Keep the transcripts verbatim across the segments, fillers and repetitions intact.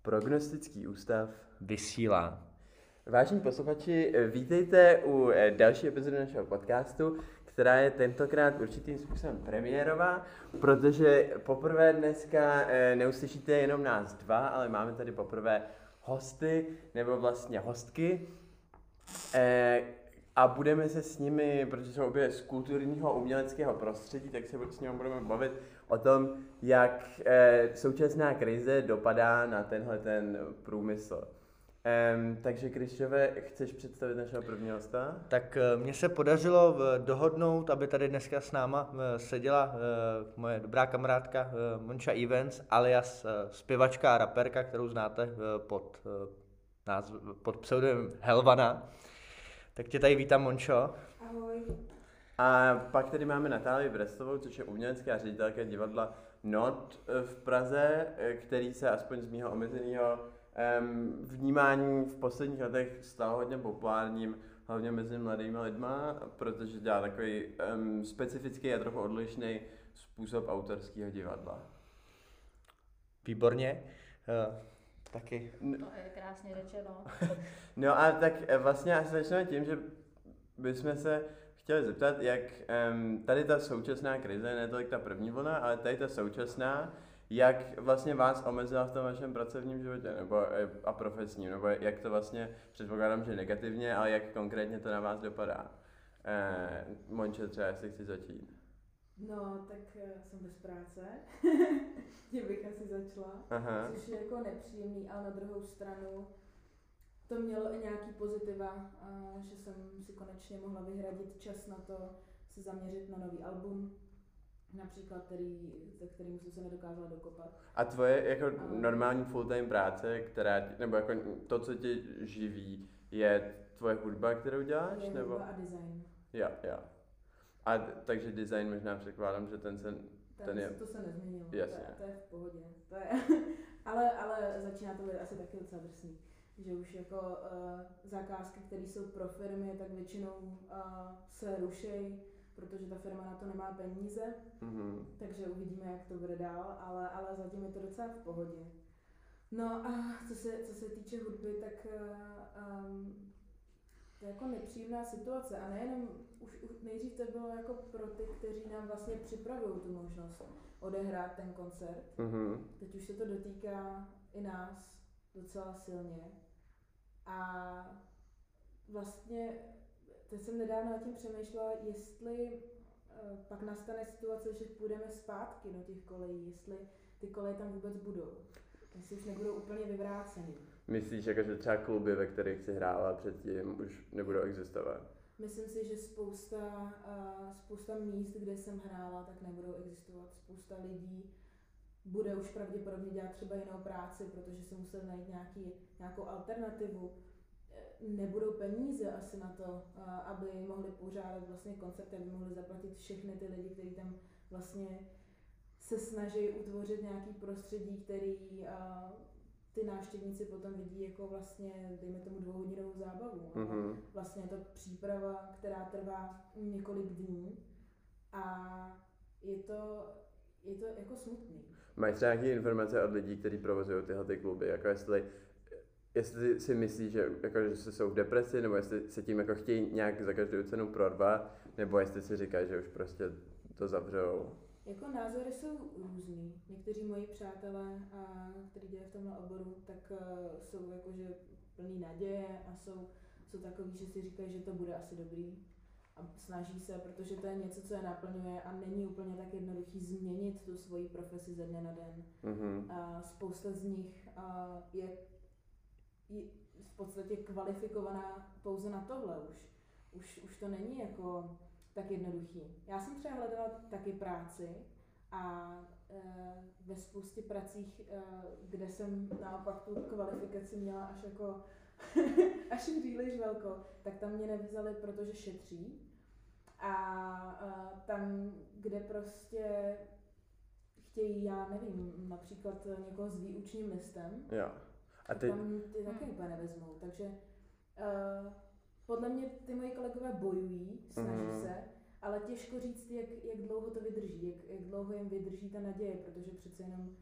Prognostický ústav vysílá. Vážení posluchači, vítejte u další epizody našeho podcastu, která je tentokrát určitým způsobem premiérová, protože poprvé dneska neuslyšíte jenom nás dva, ale máme tady poprvé hosty, nebo vlastně hostky. A budeme se s nimi, protože jsou obě z kulturního a uměleckého prostředí, tak se s nimi budeme bavit o tom, jak současná krize dopadá na tenhle ten průmysl. Um, takže Krišťové, chceš představit našeho prvního hosta? Tak mně se podařilo dohodnout, aby tady dneska s náma seděla moje dobrá kamarádka Monča Evans, alias zpěvačka a raperka, kterou znáte pod, názv, pod pseudonymem Helvana. Tak tě tady vítám, Mončo. Ahoj. A pak tady máme Natálii Brestovou, což je umělecká ředitelka divadla Not v Praze, který se aspoň z mého omezeného Um, vnímání v posledních letech stalo hodně populárním, hlavně mezi mladými lidma, protože dělá takový um, specifický a trochu odlišný způsob autorského divadla. Výborně. Uh, taky. To je krásně řečeno. No a tak vlastně asi začneme tím, že bychom se chtěli zeptat, jak um, tady ta současná krize, ne tolik ta první vlna, ale tady ta současná, jak vlastně vás omezila v tom vašem pracovním životě nebo a profesním, nebo jak to vlastně, předpokládám, že negativně, ale jak konkrétně to na vás dopadá. Eh, Monče, třeba jestli chci začít. No, tak jsem bez práce, tím bych asi začala, Aha. což je jako nepříjemný, ale na druhou stranu to mělo i nějaký pozitiva, že jsem si konečně mohla vyhradit čas na to se zaměřit na nový album. Například, který, za kterým jsem se nedokázala dokopat. A tvoje jako a... normální full-time práce, která, nebo jako to, co tě živí, je tvoje hudba, kterou děláš? Je nebo? hudba a design. Jo, jo. A takže design možná předpokládám, že ten se, ten, ten je... To se nezměnilo, Jasně. To, je, to je v pohodě. To je ale, ale začíná to být asi taky docela drsný. Že už jako uh, zakázky, které jsou pro firmy, tak většinou uh, se rušejí, protože ta firma na to nemá peníze, mm-hmm. takže uvidíme, jak to bude dál, ale, ale zatím je to docela v pohodě. No a co se, co se týče hudby, tak um, to je jako nepříjemná situace a nejenom, už, už nejdřív to bylo jako pro ty, kteří nám vlastně připravují tu možnost odehrát ten koncert. Mm-hmm. Teď už se to dotýká i nás docela silně a vlastně teď jsem nedávno nad tím přemýšlela, jestli uh, pak nastane situace, že půjdeme zpátky do těch kolejí, jestli ty koleje tam vůbec budou. Jestli už nebudou úplně vyvrácený. Myslíš, jako, že třeba kluby, ve kterých jsi hrála předtím, už nebudou existovat? Myslím si, že spousta, uh, spousta míst, kde jsem hrála, tak nebudou existovat. Spousta lidí bude už pravděpodobně dělat třeba jinou práci, protože si musel najít nějaký, nějakou alternativu. Nebudou peníze asi na to, aby mohli pořádat vlastně koncerty, aby mohli zaplatit všechny ty lidi, kteří tam vlastně se snaží utvořit nějaký prostředí, který ty návštěvníci potom vidí jako vlastně, dejme tomu, dvouhodinovou zábavu. Mm-hmm. Vlastně je to příprava, která trvá několik dní a je to, je to jako smutný. Máš třeba nějaké informace od lidí, kteří provozují tyhle ty kluby, jako jestli Jestli si myslíš, že, jako, že jsou v depresi, nebo jestli se tím jako chtějí nějak za každou cenu prorvat, nebo jestli si říkají, že už prostě to zavřou. Jako názory jsou různý. Někteří moji přátelé, a, kteří dělají v tomhle oboru, tak uh, jsou jakože plný naděje a jsou, jsou takový, že si říkají, že to bude asi dobrý. A snaží se, protože to je něco, co je naplňuje a není úplně tak jednoduchý změnit tu svoji profesi ze dne na den. Mm-hmm. A spousta z nich uh, je v podstatě kvalifikovaná pouze na tohle už. Už, už to není jako tak jednoduchý. Já jsem třeba hledala taky práci a e, ve spoustě pracích, e, kde jsem naopak tu kvalifikaci měla až jako až příliš velkou, tak tam mě nevzali, protože šetří. A e, tam, kde prostě chtějí, já nevím, například někoho s výučním listem, jo. A ty... tam ty taky úplně nevezmou, takže uh, podle mě ty moji kolegové bojují, snaží mm-hmm. se, ale těžko říct, jak, jak dlouho to vydrží, jak, jak dlouho jim vydrží ta naděje, protože přece jenom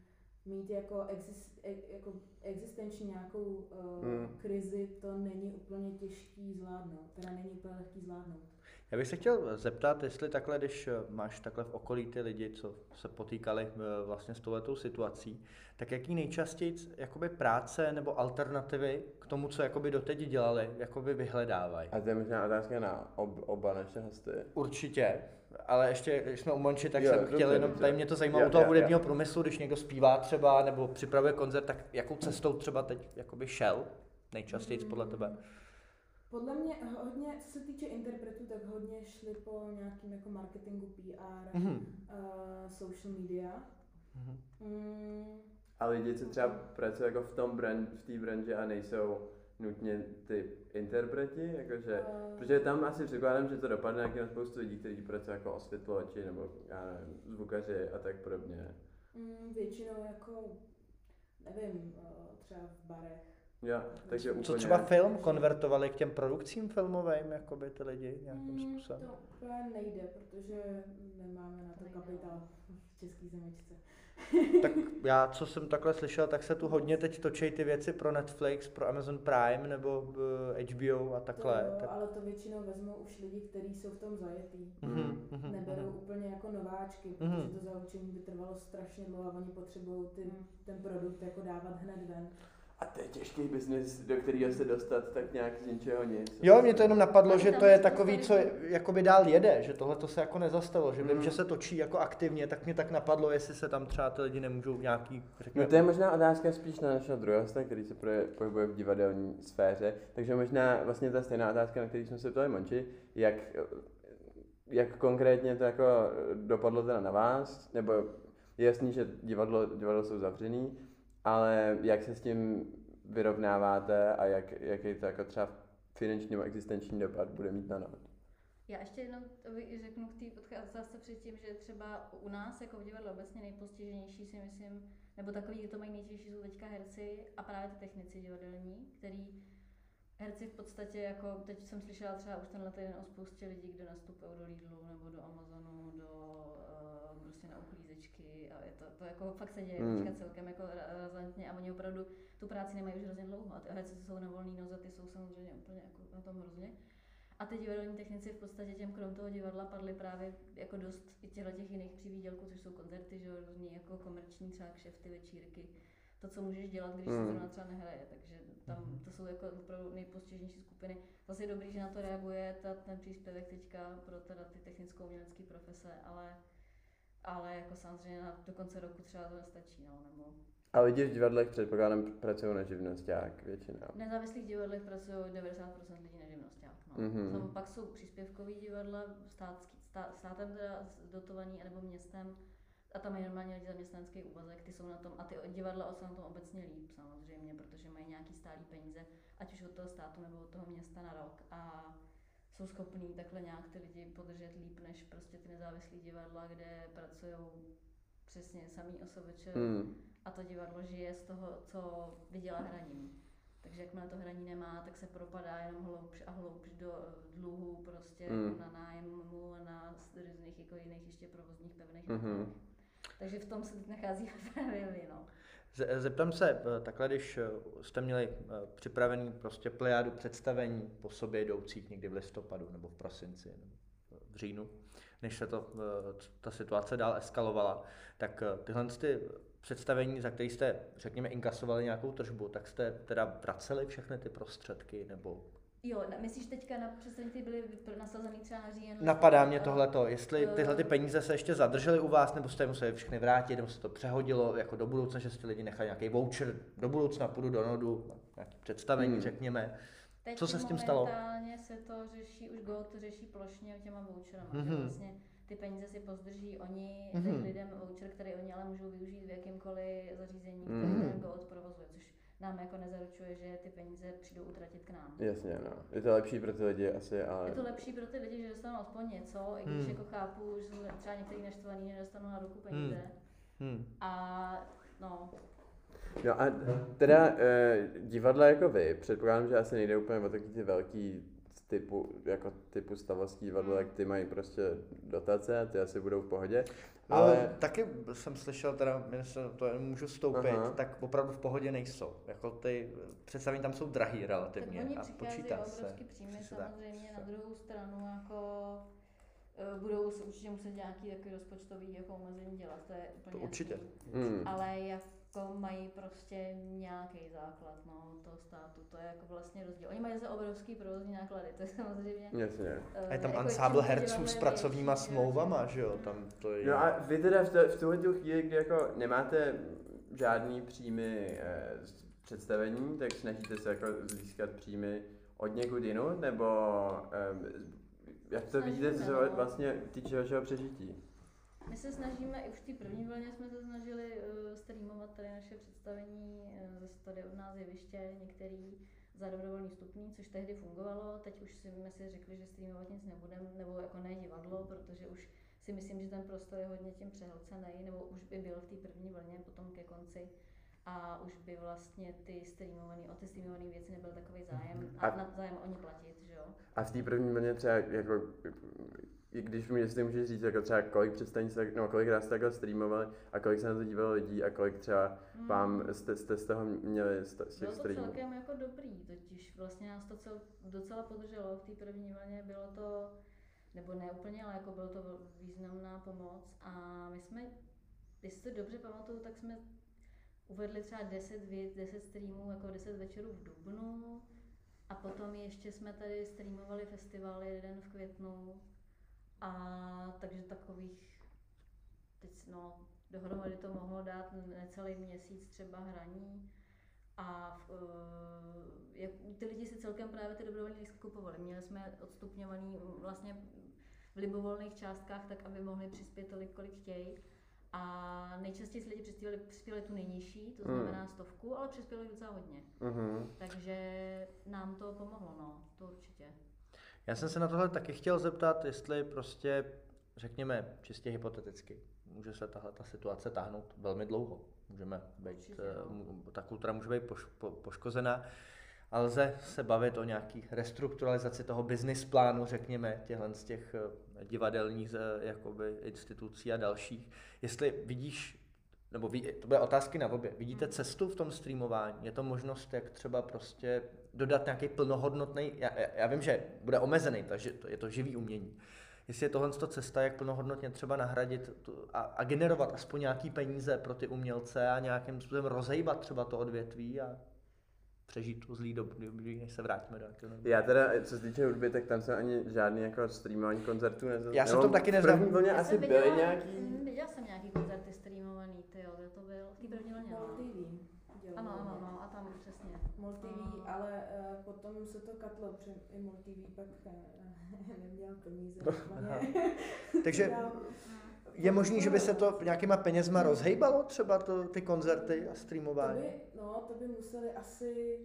mít jako, exist, jako existenční nějakou uh, Mm. krizi, to není úplně těžký zvládnout, teda není úplně lehký zvládnout. Já bych se chtěl zeptat, jestli takhle, když máš takhle v okolí ty lidi, co se potýkali vlastně s touhletou situací, tak jaký nejčastěji jakoby práce nebo alternativy k tomu, co jakoby doteď dělali, jakoby vyhledávají? A to je možná otázka na ob, oba naše hosty. Určitě, ale ještě, když jsme u Monči, tak Jo, jsem dobře, chtěl jenom, dobře. tady mě to zajímalo Jo, u toho jo, hudebního jo. průmyslu, když někdo zpívá třeba nebo připravuje koncert, tak jakou cestou třeba teď jakoby šel nejčastěji podle tebe? Podle mě hodně, co se týče interpretů, tak hodně šli po nějakým jako marketingu, P R, Mhm. uh, social media. Mhm. Mm, A lidi, co třeba pracují jako v tom brand, v té branži a nejsou nutně ty interpreti, jakože, Eh. protože tam asi předpokládám, že to dopadne nějaký na spoustu lidí, kteří pracují jako osvětlovači nebo já nevím, zvukaři a tak podobně. mm, většinou jako, nevím, uh, třeba v barech. Jo, takže úplně... Co třeba film konvertovali k těm produkcím filmovým, jakoby ty lidi nějakým Mm, způsobem? to úplně nejde, protože nemáme na to kapitál v české zemičce. Tak já, co jsem takhle slyšel, tak se tu hodně teď točí ty věci pro Netflix, pro Amazon Prime nebo uh, H B O a To takhle. jo, tak... ale to většinou vezmou už lidi, kteří jsou v tom zajetý. Mhm, mhm, Neberou mhm. úplně jako nováčky, Mhm. protože to zaučení by trvalo strašně dlouho a oni potřebují ty, ten produkt jako dávat hned ven. A to je těžký biznis, do kterého se dostat tak nějak z ničeho nic. Jo, mě to jenom napadlo, Ale že tam to je je spousta takový, co lidí. jakoby dál jede, že tohle to se jako nezastalo, že vím, Mm. že se točí jako aktivně, tak mě tak napadlo, jestli se tam třeba ty lidi nemůžou nějaký, řekněme, No to je možná otázka spíš na našeho druhého hosta, který se proje- pohybuje v divadelní sféře, takže možná vlastně ta stejná otázka, na který jsme se ptali Monči, jak, jak konkrétně to jako dopadlo teda na vás, nebo je jasný, že divadlo, divadlo jsou zavřený, ale jak se s tím vyrovnáváte a jak, jaký to jako třeba finanční nebo existenční dopad bude mít na nás? Já ještě jenom řeknu k té otázce předtím, že třeba u nás jako v divadle obecně nejpostiženější si myslím, nebo takový, kdo to mají nejtěžší, jsou teďka herci a právě ty technici divadelní, který herci v podstatě jako, teď jsem slyšela třeba už tenhle týden o spoustě lidí, kdo nastupují do Lidlu nebo do Amazonu, do uh, prostě na uklízečky a je to, to jako fakt se děje Mm. teďka celkem jako razantně a oni opravdu tu práci nemají už hrozně dlouho a ty herci, co jsou na volný noze, ty jsou samozřejmě úplně jako na tom hrozně. A ty divadelní technici v podstatě těm krom toho divadla padly právě jako dost i těchto těch jiných přivýdělků, což jsou koncerty, že jo, různý jako komerční třeba kšefty, večírky. To, co můžeš dělat, když Mm. se zrovna třeba nehraje, takže tam to jsou jako opravdu nejpostiženější skupiny. Zase je dobrý, že na to reaguje ta, ten příspěvek teďka pro teda ty technicko-umělecké profese, ale, ale jako samozřejmě na, do konce roku třeba to nestačí, no, nebo A lidi v divadlech předpokládám pracují na živnosťák většinou. v nezávislých divadlech pracují devadesát procent lidí na živnosťák. No. Mhm. Tam pak jsou příspěvkový divadla, státský, stá, státem teda dotovaný, anebo městem, a tam je normálně lidi zaměstnanecký úvazek, ty jsou na tom, a ty divadla jsou na tom obecně líp samozřejmě, protože mají nějaký stálý peníze, ať už od toho státu nebo od toho města na rok a jsou schopní takhle nějak ty lidi podržet líp, než prostě ty nezávislý divadla, kde pracují přesně samý osobeče. Mm. A to divadlo žije z toho, co vydělá hraním. Takže jakmile to hraní nemá, tak se propadá jenom hloubš a hloubš do dluhů prostě Mm. na nájmu a na různých jako jiných ještě provozních pevných Mhm. nákladech. Takže v tom se teď nachází právě vy, no. Z- Zeptám se, takhle když jste měli připravený prostě plejádu představení po sobě jdoucích někdy v listopadu nebo v prosinci nebo v říjnu, než se to, ta situace dál eskalovala, tak tyhle ty představení, za které jste, řekněme, inkasovali nějakou tržbu, tak jste teda vraceli všechny ty prostředky nebo... Jo, na- myslíš teďka na představení, ty byly vypr- nasazený třeba na říjen? Napadá mě a- tohleto, jestli tyhle ty peníze se ještě zadržely u vás, nebo jste je museli všechny vrátit, nebo se to přehodilo jako do budoucna, že jste lidi nechali nějaký voucher do budoucna, půjdu do nodu, nějaký představení, Hmm. řekněme. Teď Co se s tím stalo? Momentálně se to řeší, už GO to řeší plošně těma voucherama, mm-hmm. Mhm. že vlastně ty peníze si pozdrží oni, Mhm. mm-hmm. lidem voucher, který oni ale můžou využít v jakýmkoliv zařízení, který Mhm. ten GO odprovozuje, což nám jako nezaručuje, že ty peníze přijdou utratit k nám. Jasně, no. Je to lepší pro ty lidi asi, ale... Je to lepší pro ty lidi, že dostanou aspoň něco, i když Hmm. jako chápu, že jsou třeba některý naštvaný, nedostanou na ruku peníze. Hmm. A no, No a teda e, divadla jako vy, předpokládám, že asi nejde úplně o taky ty velký typu, jako typu stavovský divadlo, tak ty mají prostě dotace, ty asi budou v pohodě. Ale Ale taky jsem slyšel, teda myslím, to jen můžu vstoupit, Aha. tak opravdu v pohodě nejsou. Jako ty představení tam jsou drahý Tak relativně oni a přicházejí počítá se. obrovský příjmy, Přesně tak, samozřejmě přesně na druhou stranu jako eh, budou se určitě muset nějaký takový rozpočtový jako omezení dělat, to je úplně To určitě. jasný. hmm. Ale jako mají prostě nějaký základ, no, toho státu, to je jako vlastně rozdíl. Oni mají za obrovský provozní náklady, to je samozřejmě. Jasně. eh, A je tam jako ansábl čím herců divadlo s je pracovníma větší, smlouvama, že- že jo, tam to je... No a vy teda v, te, v tuhle tu chvíli, kdy jako nemáte žádný příjmy eh, z představení, tak snažíte se jako získat příjmy od někud jinut, nebo eh, jak to Snažíme, vidíte, co no. vlastně týče vašeho přežití? My se snažíme, i už v té první vlně jsme se snažili uh, streamovat tady naše představení, uh, zase tady od nás jeviště, některý za dobrovolný stupní, což tehdy fungovalo. Teď už si, jsme si řekli, že streamovat nic nebudeme, nebo jako ne divadlo, protože už si myslím, že ten prostor je hodně tím přehlcený, nebo už by byl v té první vlně, potom ke konci. A už by vlastně ty streamovaný, o ty streamované věci nebyl takový zájem a, A- na zájem o ně platit, že jo? A v té první vlně třeba jako, i když mi jestli můžeš říct, jako třeba kolik představení se, no kolik ráz takhle streamovali a kolik se na to dívalo lidí a kolik třeba Hmm. vám jste, jste z toho měli z, z těch Bylo to streamů. celkem jako dobrý, totiž vlastně nás to cel, docela podrželo v té první vlně, bylo to, nebo ne úplně, ale jako bylo to vel- významná pomoc a my jsme, jestli to dobře pamatuju, tak jsme uvedli třeba deset věc, deset streamů, jako deset večerů v dubnu a potom ještě jsme tady streamovali festival jeden v květnu a takže takových, teď no, dohromady to mohlo dát necelý měsíc třeba hraní a v, uh, jak, ty lidi si celkem právě ty dobrovolní lístky kupovali. Měli jsme odstupňovaný vlastně v libovolných částkách, tak aby mohli přispět tolik, kolik chtějí. A nejčastěji si lidi přispěli, přispěli tu nejnižší, to Hmm. znamená stovku, ale přispěli docela hodně. Mhm. Takže nám to pomohlo, no, to určitě. Já jsem se na tohle taky chtěl zeptat, jestli prostě, řekněme, čistě hypoteticky, může se tahle ta situace táhnout velmi dlouho. Můžeme být, Určitě, eh, no. mu- ta kultura může být poš, po, poškozená, a lze se bavit o nějaký restrukturalizaci toho business plánu, řekněme, těchhle z těch eh, divadelních eh, jakoby, institucí a dalších. Jestli vidíš, nebo ví, to bude otázky na obě, vidíte cestu v tom streamování? Je to možnost, jak třeba prostě dodat nějaký plnohodnotný, já, já- já vím, že bude omezený, takže to, je to živý umění. Jestli je tohle to cesta, jak plnohodnotně třeba nahradit tu, a, a generovat aspoň nějaký peníze pro ty umělce a nějakým způsobem rozhejbat třeba to odvětví a přežít tu zlý dobu, než se vrátíme do nějakého. Já teda, co se týče hudby, tak tam jsem ani žádný jako streamování koncertů nezaznamenal. Já jsem to taky neznal. V první vlně Já asi jsem byly viděla- nějaký. mm, Viděla jsem nějaký koncerty streamovaný, ty jo, kde to byl? V té první vlně, Mol no. T V dělalo Ano, ano, hodně. no, a tam přesně. Mol T V, Mm. ale uh, potom se to katlo, protože i Mol T V pak uh, neměl peníze. úplně. Takže Dál. je možný, že by se to nějakýma penězma rozhejbalo třeba to, ty koncerty a To streamování? by, no, to by museli asi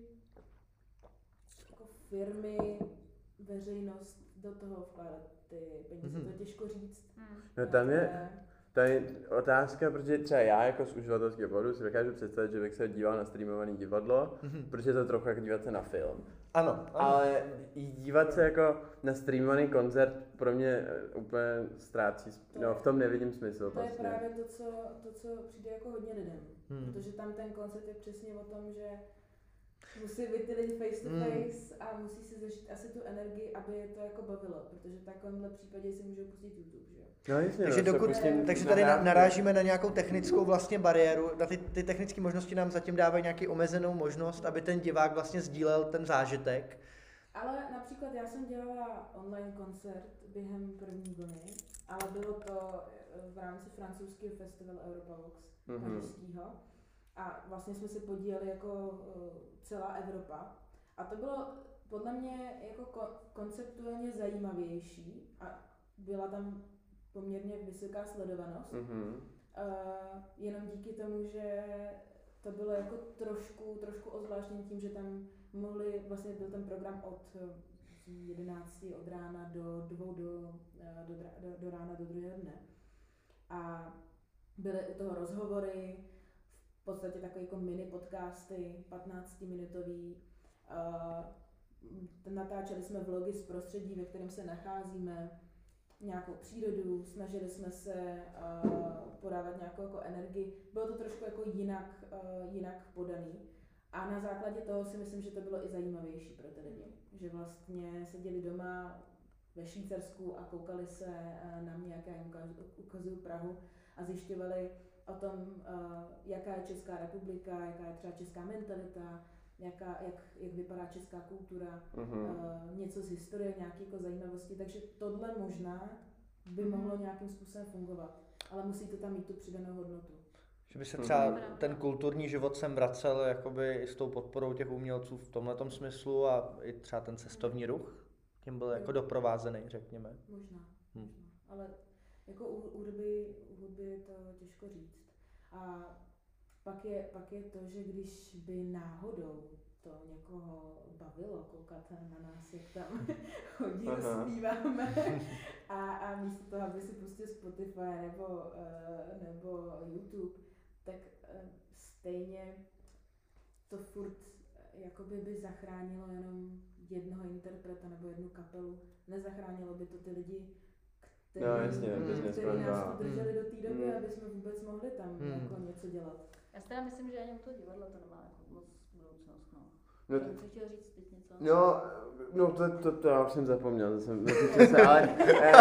jako firmy, veřejnost do toho vkládat ty peníze. Mhm. To je těžko říct. Hmm. No tam je, Ale- to je otázka, protože třeba já jako z uživatelského pohledu si dokážu představit, že bych se díval na streamovaný divadlo, Mhm. protože je to trochu jako dívat se na film. Ano, ano. Ale i dívat se jako na streamovaný koncert pro mě eh, úplně ztrácí, sp- no v tom nevidím smysl To je prostě. právě to co, to, co přijde jako hodně lidem. Hmm. Protože tam ten koncept je přesně o tom, že musí být ty lidi face to Hmm. face a musí si zažít asi tu energii, aby je to jako bavilo. Protože v takovémhle případě si můžou pustit YouTube, že jo? No jasně, Takže, no, se dokud, pustím takže na tady na, nahrávku. narážíme na nějakou technickou vlastně bariéru. Na ty, ty technické možnosti nám zatím dávají nějaký omezenou možnost, aby ten divák vlastně sdílel ten zážitek. Ale například já jsem dělala online koncert během první vlny, ale bylo to eh, v rámci francouzského festivalu Europavox Mhm. pařížského. A vlastně jsme se podíleli jako eh, celá Evropa. A to bylo podle mě jako ko- konceptuálně zajímavější a byla tam poměrně vysoká sledovanost. Mhm. Uh, jenom díky tomu, že to bylo jako trošku, trošku ozvláštněn tím, že tam mohli, vlastně byl ten program od eh, jedenácti od rána do dvou do, eh, do, dra- do, do rána do druhého dne. A byly u toho rozhovory, v podstatě takové jako mini podcasty, patnáctiminutový. Uh, natáčeli jsme vlogy z prostředí, ve kterém se nacházíme, nějakou přírodu, snažili jsme se uh, podávat nějakou jako energii. Bylo to trošku jako jinak, uh, jinak podaný. A na základě toho si myslím, že to bylo i zajímavější pro ty lidi. Že vlastně seděli doma ve Švýcarsku a koukali se uh, na mě, jak já jim ukazuju Prahu a zjišťovali o tom, uh, jaká je Česká republika, jaká je třeba česká mentalita, jaká, jak, jak vypadá česká kultura, Mhm. uh, něco z historie, nějaké jako zajímavosti, takže tohle možná by mohlo nějakým způsobem fungovat, ale musí to tam mít tu přidanou hodnotu. Že by se Mhm. třeba Pravda. ten kulturní život sem vracel jakoby i s tou podporou těch umělců v tomhletom smyslu a i třeba ten cestovní ruch tím byl jako doprovázený, řekněme. Možná, Hmm. možná. Ale jako u u hudby, u hudby je to těžko říct. A pak je, pak je to, že když by náhodou to někoho bavilo koukat na nás, jak tam hodinu Aha. zpíváme a, a místo toho, aby si pustil Spotify nebo, uh, nebo YouTube, tak uh, stejně to furt uh, jakoby by zachránilo jenom jednoho interpreta nebo jednu kapelu. Nezachránilo by to ty lidi, který, No, jasně, Mm. který businessman, nás no. udrželi do té doby, Mm. aby jsme vůbec mohli tam Mm. jako něco dělat. Já si teda myslím, že ani u toho divadla to nemá jako moc budoucnost, no. No, Jsem si chtěl říct teď něco. No, no to, to, to já už jsem zapomněl, to jsem vycítil se, ale,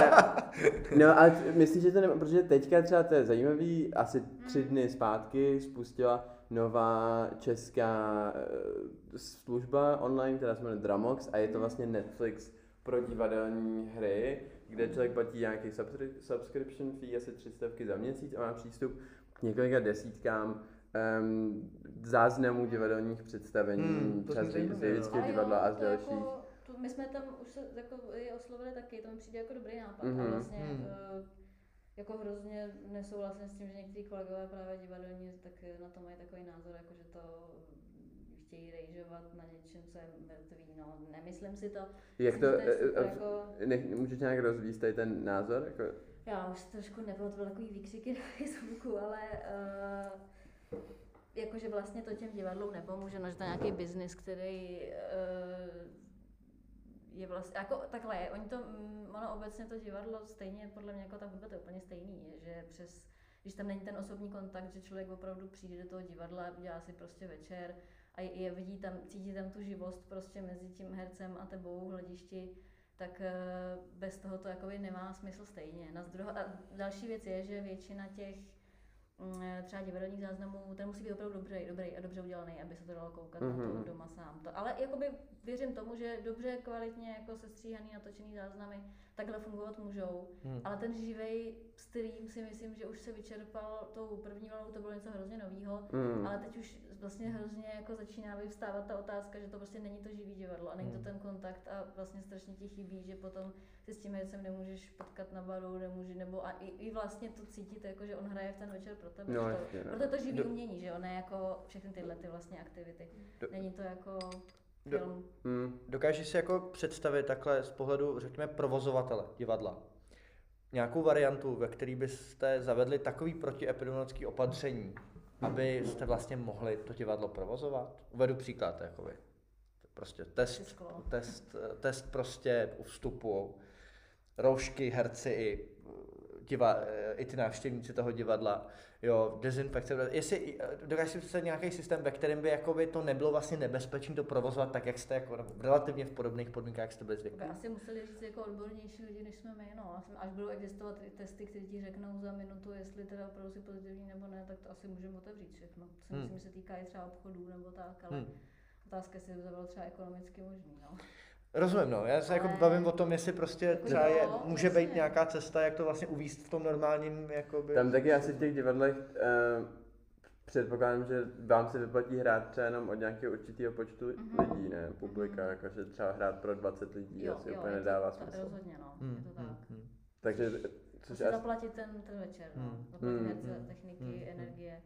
eh, no ale myslíš, že to nemá, protože teďka třeba to je zajímavý, asi tři dny zpátky spustila nová česká eh, služba online, která se jmenuje Dramox a je to vlastně Netflix pro divadelní hry, kde člověk platí nějaký subscri- subscription fee, asi tři stovky za měsíc a má přístup k několika desítkám um, záznamů divadelních představení, Hmm, to třeba zní z zajímavé, z no. Vědického Ale divadla jo, a z to dalších. Jako, to my jsme tam už se jako i oslovili taky, to mi přijde jako dobrý nápad Mhm. a vlastně Mhm. uh, jako hrozně nesouhlasím s tím, že někteří kolegové právě divadelní tak na to mají takový názor, jako že to chtějí rejžovat na něčem, co je mrtvý, no, nemyslím si to. Jak Myslím, to, že je eh, super, eh, jako, ne, můžeš nějak rozvíjet tady ten názor? Jako, já už trošku nebylo, to byly takový výkřiky na Facebooku, ale uh, jakože vlastně to těm divadlům nepomůže, no, že to je nějaký biznis, který uh, je vlastně, jako takhle, oni to, mm, ono obecně to divadlo stejně, podle mě jako ta hudba to je úplně stejný, je, že přes, když tam není ten osobní kontakt, že člověk opravdu přijde do toho divadla, udělá si prostě večer a je, je vidí tam, cítí tam tu živost prostě mezi tím hercem a tebou v hledišti, tak uh, bez toho to jakoby nemá smysl stejně. Na zdruho, a další věc je, že většina těch mm, třeba divadelních záznamů, ten musí být opravdu dobrý, dobrý a dobře udělaný, aby se to dalo koukat mm-hmm. na Mhm. to doma sám. To, ale jakoby věřím tomu, že dobře, kvalitně jako sestříhaný, natočený záznamy takhle fungovat můžou. Hmm. Ale ten živej stream si myslím, že už se vyčerpal tou první vlnou, to bylo něco hrozně novýho, mm, ale teď už vlastně hrozně jako začíná vyvstávat ta otázka, že to prostě není to živý divadlo a není to Hmm. ten kontakt a vlastně strašně ti chybí, že potom si s tím hercem nemůžeš potkat na baru, nemůže, nebo a i, i vlastně to cítit, jako že on hraje v ten večer pro tebe. no, že jasně, to, no. proto je to živý Do- umění, že jo, ne jako všechny tyhle ty vlastně aktivity. Do- Není to jako Do- film. Mm, Dokážeš si jako představit takhle z pohledu, řekněme, provozovatele divadla nějakou variantu, ve které byste zavedli takový protiepidemiologický opatření, abyste vlastně mohli to divadlo provozovat? Uvedu příklad, jakoby. Prostě test, Česko. test, test prostě u vstupu, roušky, herci i, diva, i ty návštěvníci toho divadla, jo, dezinfekce, jestli dokážeš si představit nějaký systém, ve kterém by jakoby to nebylo vlastně nebezpečné to provozovat tak, jak jste jako relativně v podobných podmínkách, jak jste byli To zvyklí. by asi museli říct jako odbornější lidi, než jsme my, no. Asi- Až budou existovat i testy, které ti řeknou za minutu, jestli teda opravdu si pozitivní nebo ne, tak to asi můžeme otevřít všechno. To si Hmm. myslím, že se týká i třeba obchodů nebo tak, ale Hmm. otázka, jestli by to bylo třeba ekonomicky možný, no. Rozumím, no. Já se jako Ale- bavím o tom, jestli prostě Jako třeba je, jo, může jasně. být nějaká cesta, jak to vlastně uvízt v tom normálním, jakoby... Tam taky asi v těch divadlech uh, předpokládám, že vám se vyplatí hrát třeba jenom od nějakého určitého počtu Mhm. lidí, ne? Publika, Mhm. jakože třeba hrát pro dvacet lidí Jo, asi jo, úplně je nedává to, to, smysl. rozhodně, no, Hmm, je to tak. hmm, hmm. Takže, což Musí asi, zaplatit ten, ten večer, no. Hmm. Zaplatit Hmm. herce, Hmm. techniky, Hmm. energie.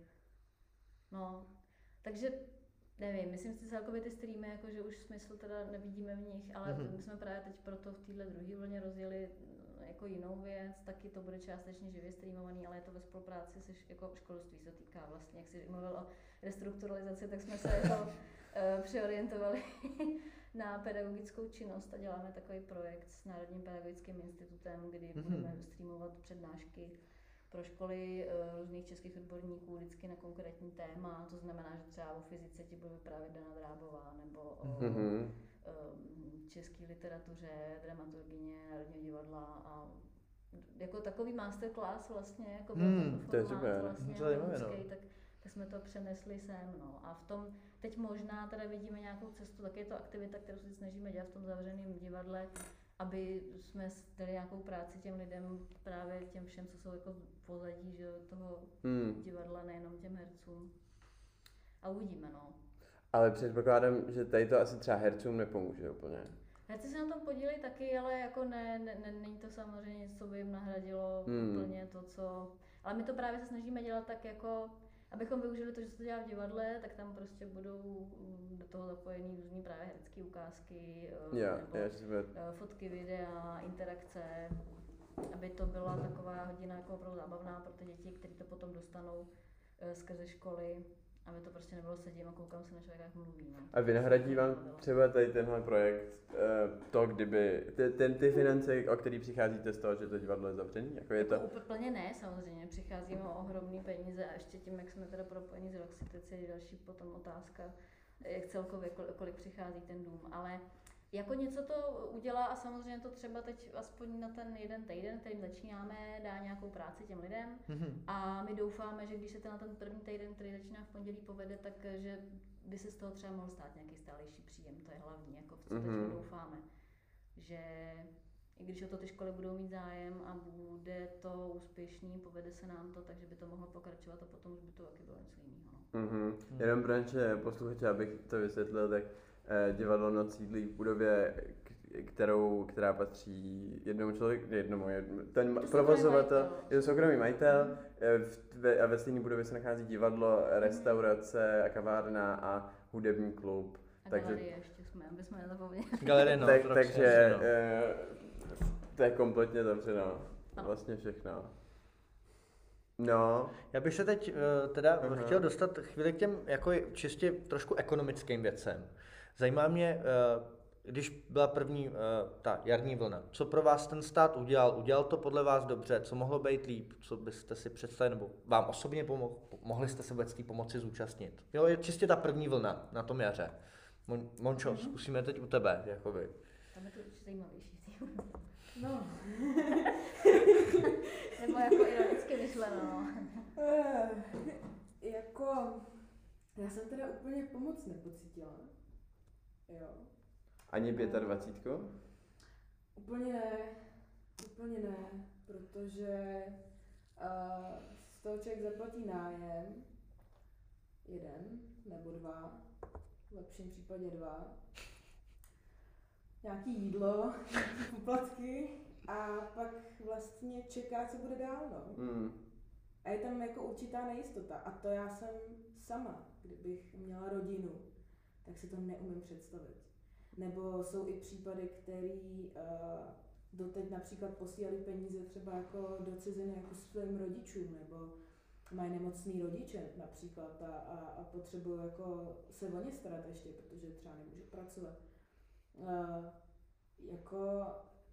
No, takže nevím, myslím si celkově ty streamy, jako, že už smysl teda nevidíme v nich, ale Mhm. my jsme právě teď proto v téhle druhé vlně rozjeli mm, jako jinou věc, taky to bude částečně živě streamovaný, ale je to ve spolupráci se š- jako školství se týká vlastně, jak jsi mluvil o restrukturalizaci, tak jsme se jako uh, přeorientovali na pedagogickou činnost a děláme takový projekt s Národním pedagogickým institutem, kdy mm-hmm. budeme streamovat přednášky pro školy uh, různých českých odborníků vždycky na konkrétní téma. To znamená, že třeba o fyzice ti bude vyprávět Dana Drábová, nebo o mm-hmm. um, české literatuře, dramaturgyně Národního divadla a jako takový masterclass vlastně, jako mm, to formát vlastně to je zajímavé, no. tak, tak jsme to přenesli sem, no. A v tom teď možná teda vidíme nějakou cestu, tak je to aktivita, kterou se snažíme dělat v tom zavřeném divadle, aby jsme dali nějakou práci těm lidem, právě těm všem, co jsou jako v pozadí, že toho mm. divadla, nejenom těm hercům. A uvidíme, no. Ale předpokládám, že tady to asi třeba hercům nepomůže úplně. Herci se na tom podílejí taky, ale jako ne, ne, ne, není to samozřejmě nic, co by jim nahradilo hmm. úplně to, co... Ale my to právě se snažíme dělat tak jako, abychom využili to, že se to dělá v divadle, tak tam prostě budou do toho zapojený různý právě herecké ukázky, yeah, nebo yeah, fotky, videa, interakce, aby to byla taková hodina jako opravdu zábavná pro ty děti, které to potom dostanou skrze školy. Aby to prostě nebylo sedím a koukám se na člověka, jak mluví. No. A vynahradí vám třeba tady tenhle projekt to, kdyby, ty, ty, ty finance, o který přicházíte z toho, že to divadlo je zavřený? Jako je to... Jako úplně ne, samozřejmě. Přicházíme o ohromné peníze a ještě tím, jak jsme teda propojení z Roxy, je další potom otázka, jak celkově, kolik přichází ten dům. Ale jako něco to udělá a samozřejmě to třeba teď aspoň na ten jeden týden, kterým začínáme, dá nějakou práci těm lidem mm-hmm. a my doufáme, že když se ten na ten první týden, který začíná v pondělí, povede, tak že by se z toho třeba mohl stát nějaký stálejší příjem, to je hlavní, jako v co mm-hmm. teď doufáme, že i když o to ty školy budou mít zájem a bude to úspěšný, povede se nám to, takže by to mohlo pokračovat a potom už by to taky bylo něco jiného. No. Mm-hmm. Jenom pro naše posluchače, abych to vysvětlil, tak divadlo Noc sídlí v budově, kterou, která patří jednomu člověku, jednomu, jednomu ten to provozovatel, je to soukromý majitel mm. a ve stejné budově se nachází divadlo, restaurace a kavárna a hudební klub. A takže, galerie ještě jsme, aby jsme nezapomněli. Galerie, no, tak, takže no. e, to je kompletně zavřeno, vlastně všechno. No. Já bych se teď uh, teda uh-huh. chtěl dostat chvíli k těm jako čistě trošku ekonomickým věcem. Zajímá mě, uh, když byla první uh, ta jarní vlna, co pro vás ten stát udělal? Udělal to podle vás dobře? Co mohlo být líp? Co byste si představili? Nebo vám osobně pomohli? Mohli jste se vůbec té pomoci zúčastnit? Jo, je čistě ta první vlna na tom jaře. Mon, Mončo, mm-hmm. zkusíme teď u tebe, jakoby. Tam je to určitě zajímavější. No. Nebo jako ironicky myšleno. Uh, jako, já jsem teda úplně pomoc nepocítila. Jo. Ani dvacítku? Úplně ne, úplně ne, protože uh, z toho člověk zaplatí nájem, jeden nebo dva, v lepším případě dva, nějaký jídlo, nějaký poplatky a pak vlastně čeká, co bude dál, no. Mm. A je tam jako určitá nejistota a to já jsem sama, kdybych měla rodinu, tak si to neumím představit. Nebo jsou i případy, který uh, doteď například posílali peníze třeba jako do ciziny jako svým rodičům, nebo mají nemocný rodiče například a, a, a potřebují jako se o ně starat ještě, protože třeba nemůžu pracovat. Uh, jako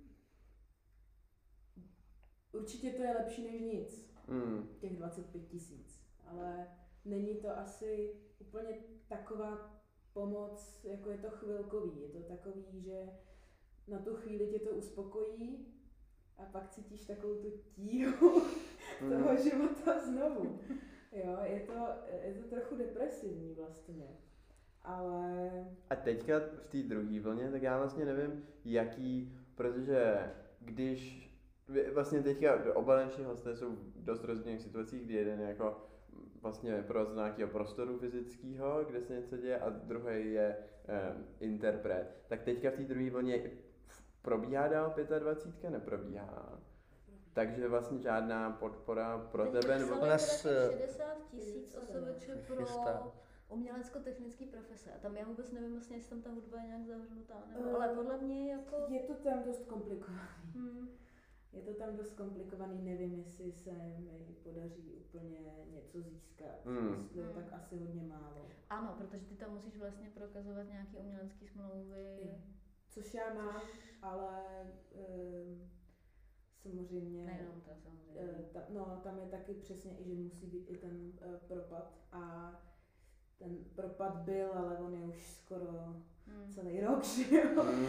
určitě to je lepší než nic, mm. těch dvacet pět tisíc, ale není to asi úplně taková pomoc, jako je to chvilkový, je to takový, že na tu chvíli tě to uspokojí a pak cítíš takovou tu tíhu mm. toho života znovu. Jo, je to, je to trochu depresivní vlastně. Ale... A teďka v té druhé vlně, tak já vlastně nevím, jaký, protože když vlastně teďka oba naši hosté jsou v dost rozdílných situacích, kdy jeden je jako vlastně provoz nějakého prostoru fyzického, kde se něco děje, a druhý je um, interpret. Tak teďka v té druhé vlně probíhá dál dvacet pět, neprobíhá. Takže vlastně žádná podpora pro teď tebe, nebo... Nás šedesát tisíc osobeče pro umělecko-technické profese. A tam já vůbec nevím vlastně, jestli tam ta hudba je nějak zahrnutá, nebo, uh, ale podle mě jako... Je to tam dost komplikovaný. Hmm. Je to tam dost komplikovaný, nevím, jestli se mi podaří úplně něco získat. Hmm. Jestli Hmm. tak asi hodně málo. Ano, protože ty tam musíš vlastně prokazovat nějaký umělecký smlouvy. Jo. Což já mám, ale um, samozřejmě... Nejenom to samozřejmě. eh, ta, no, tam je taky přesně i, že musí být i ten uh, propad. A ten propad byl, ale on je už skoro Hmm. celý rok, že jo? Hmm.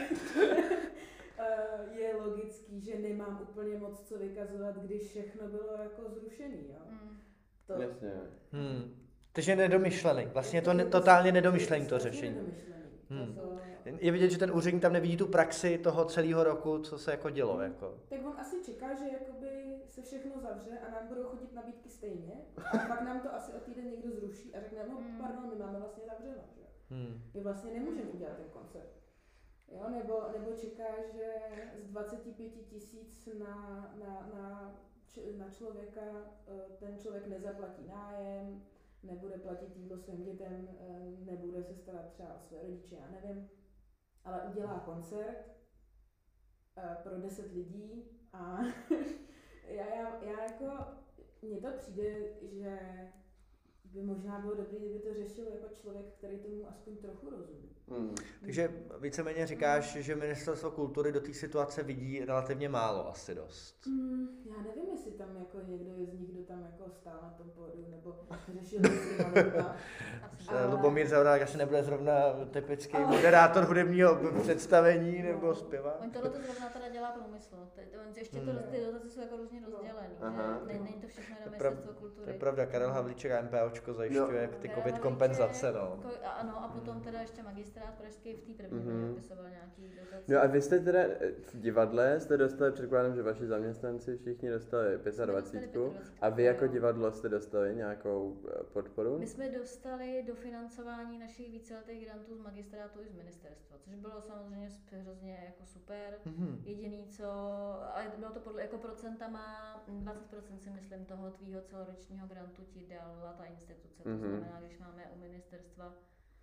Eh, je logický, že nemám úplně moc co vykazovat, když všechno bylo jako zrušený, jo. Hmm. To, Jasně. Hmm. Takže nedomyšlený, vlastně je to ne, je totálně nedomyšlený to strašně řešení. nedomyšlený. Hmm. To, Je vidět, že ten úředník tam nevidí tu praxi toho celého roku, co se jako dělo. Hmm. Jako. tak on asi čeká, že jakoby se všechno zavře a nám budou chodit nabídky stejně a pak nám to asi o týden někdo zruší a řekne, no Hmm. pardon, my máme vlastně zavřeno, že jo. Hmm. My vlastně nemůžeme udělat ten koncert. Jo, nebo, nebo čeká, že z dvacet pět tisíc na, na, na, č- na člověka eh, ten člověk nezaplatí nájem, nebude platit jídlo svým dětem, eh, nebude se starat třeba o své rodiče, já nevím, ale udělá koncert eh, pro deset lidí a já, já, já jako, mně to přijde, že by možná bylo dobré, kdyby to řešil jako člověk, který tomu aspoň trochu rozumí. Hmm. Takže víceméně říkáš, že Ministerstvo kultury do té situace vidí relativně málo, asi dost. Mm, já nevím, jestli tam jako někdo je z nich, kdo tam jako stál na tom pódiu, nebo řešil jestli maleta. Asi. Ale- Lubomír Zaorálek asi nebude zrovna typický Ale- moderátor hudebního představení nebo No. zpěvák. On tohle to zrovna teda dělá průmysl. Te- On ještě to, Hmm. ty dotace jsou jako různě rozdělený. Aha. Že? Ne- Není to všechno jenom To je prav- ministerstvo To kultury. je pravda, Karel Havlíček a MPOčko zajišťuje No. ty Karel covid Havlíček, kompenzace, no. ko- a- Ano, a potom teda ještě magistrát pražský v té první Mhm. mm-hmm. dopisoval nějaký dotace. No a vy jste teda eh, v divadle jste dostali, předpokládám, že vaši zaměstnanci všichni dostali dvacet pět a vy jako divadlo jste dostali nějakou eh, podporu? My jsme dostali dofinancování našich víceletých grantů z magistrátu i z ministerstva, což bylo samozřejmě hrozně jako super. Mhm. Jediný co, ale bylo to podle jako procentama, dvacet procent si myslím toho tvýho celoročního grantu ti dala ta instituce, to Mhm. znamená, když máme u ministerstva,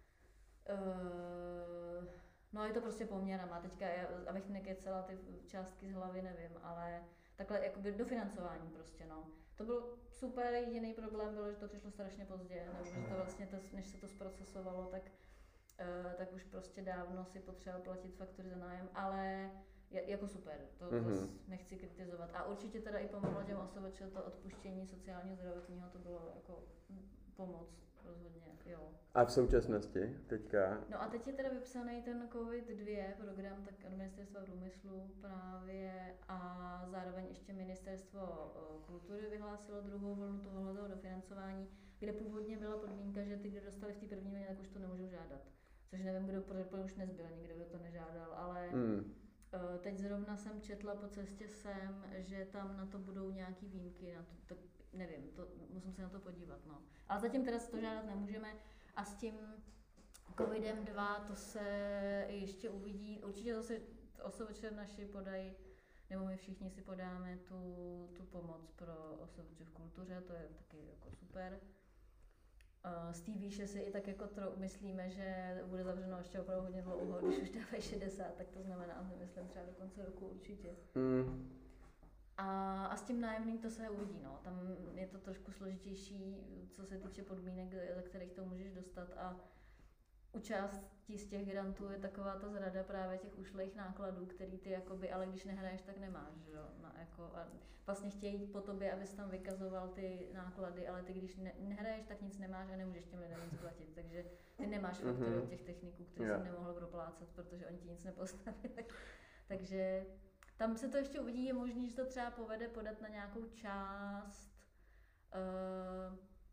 uh, no je to prostě poměrama, teďka, já, abych nekecela ty částky z hlavy, nevím, ale takhle jakoby dofinancování prostě, no. To byl super, jediný problém bylo, že to přišlo strašně pozdě, nebo že to vlastně, to, než se to zprocesovalo, tak, uh, tak už prostě dávno si potřeboval platit faktury za nájem, ale je, jako super, to Mhm. zase nechci kritizovat. A určitě teda i pomohlo těm OSVČ to odpuštění sociálního zdravotního, to bylo jako hm, pomoc rozhodně, jo. A v současnosti teďka? No a teď je teda vypsaný ten COVID dva program, tak od Ministerstva průmyslu právě a zároveň ještě Ministerstvo eh, kultury vyhlásilo druhou vlnu tohoto dofinancování, kde původně byla podmínka, že ty, kdo dostali v té první vlně, tak už to nemůžou žádat. Což nevím, kdo, protože už nezbyl nikdo, kdo to nežádal, ale Hmm. eh, teď zrovna jsem četla po cestě sem, že tam na to budou nějaký výjimky, na to, to nevím, to, musím se na to podívat, no. Ale zatím teda se to žádat nemůžeme a s tím covidem dva to se ještě uvidí. Určitě zase OSVČ naši podají, nebo my všichni si podáme tu, tu pomoc pro OSVČ v kultuře, to je taky jako super. Uh, z té výše si i tak jako tro, myslíme, že bude zavřeno ještě opravdu hodně dlouho, když už dávají šedesát, tak to znamená, myslím třeba do konce roku určitě. Hmm. A, a s tím nájemným to se uvidí, no. Tam je to trošku složitější, co se týče podmínek, za kterých to můžeš dostat a u části z těch grantů je taková ta zrada právě těch ušlých nákladů, který ty jakoby, ale když nehraješ, tak nemáš, že jo. Na, jako, a vlastně chtějí po tobě, abys tam vykazoval ty náklady, ale ty když ne, nehraješ, tak nic nemáš a nemůžeš těm lidem nic platit, takže ty nemáš faktury Mhm. od těch techniků, který Jo. jsem nemohl proplácet, protože oni ti nic nepostavili. Takže tam se to ještě uvidí, je možný, že to třeba povede podat na nějakou část, uh,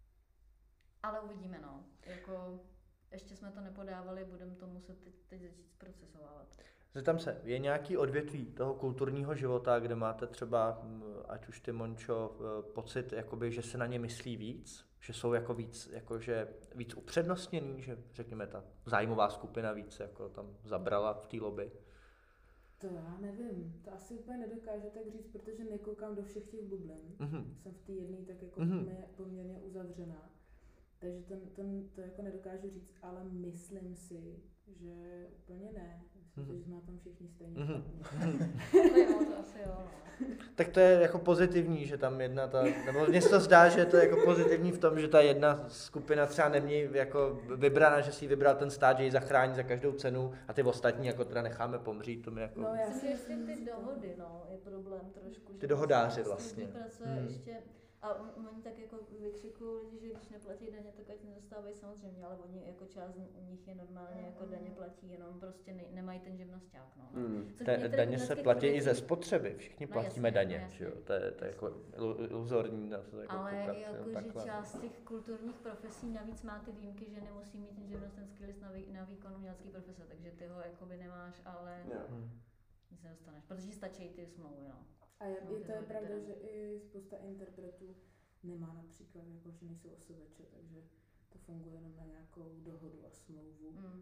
ale uvidíme, no. Jako, ještě jsme to nepodávali, budeme to muset teď, teď začít zprocesovávat. Zeptám se, je nějaký odvětví toho kulturního života, kde máte třeba, m, ať už ty, Mončo, eh, pocit, jakoby, že se na ně myslí víc? Že jsou jako víc, jakože víc upřednostněný, že řekněme ta zájmová skupina víc jako tam zabrala v té lobby? To já nevím, to asi úplně nedokážu tak říct, protože nekoukám do všech těch bublin. Mhm. Jsem v té jedné tak jako Mhm. poměrně, poměrně uzavřená. Takže ten, ten, to jako nedokážu říct, ale myslím si, že úplně ne. Myslím si, že jsme na tom všichni stejně Mhm. špatně. To jo, to asi jo, no. Tak to je jako pozitivní, že tam jedna ta, nebo mně se to zdá, že je to jako pozitivní v tom, že ta jedna skupina třeba není jako vybraná, že si vybral ten stát, že ji zachrání za každou cenu a ty ostatní jako teda necháme pomřít, to mi jako... No, já Myslím, si že ještě myslím, ty že to- dohody, no, je problém trošku. že Ty dohodáři vlastně vlastně. Pracuje Hmm. ještě, a on- oni tak jako vykřikují lidi, že když neplatí daně, tak ať nedostávají samozřejmě, ale oni jako část z nich je normálně jako daně platí, jenom prostě ne, nemají ten živnosťák, no. Mm. Což Ta, některé daně se umělecké platí i odvětví- ze spotřeby, všichni No platíme jasně, daně, no jasně. že jo, to je, to je jako ilu- iluzorní na to jako Ale koukat, jo, jakože takhle. část těch kulturních profesí navíc má ty výjimky, že nemusí mít ten živnostenský list na, vý, na výkon umělecké profese, takže ty ho jakoby nemáš, ale Jo. Hmm. nic nedostaneš, protože stačí ty smlouvy, no. A je, No, je ty to je dohody pravda, teda. že i spousta interpretů nemá například, jako, že nejsou osobeče, takže to funguje jenom na nějakou dohodu a smlouvu. Mm.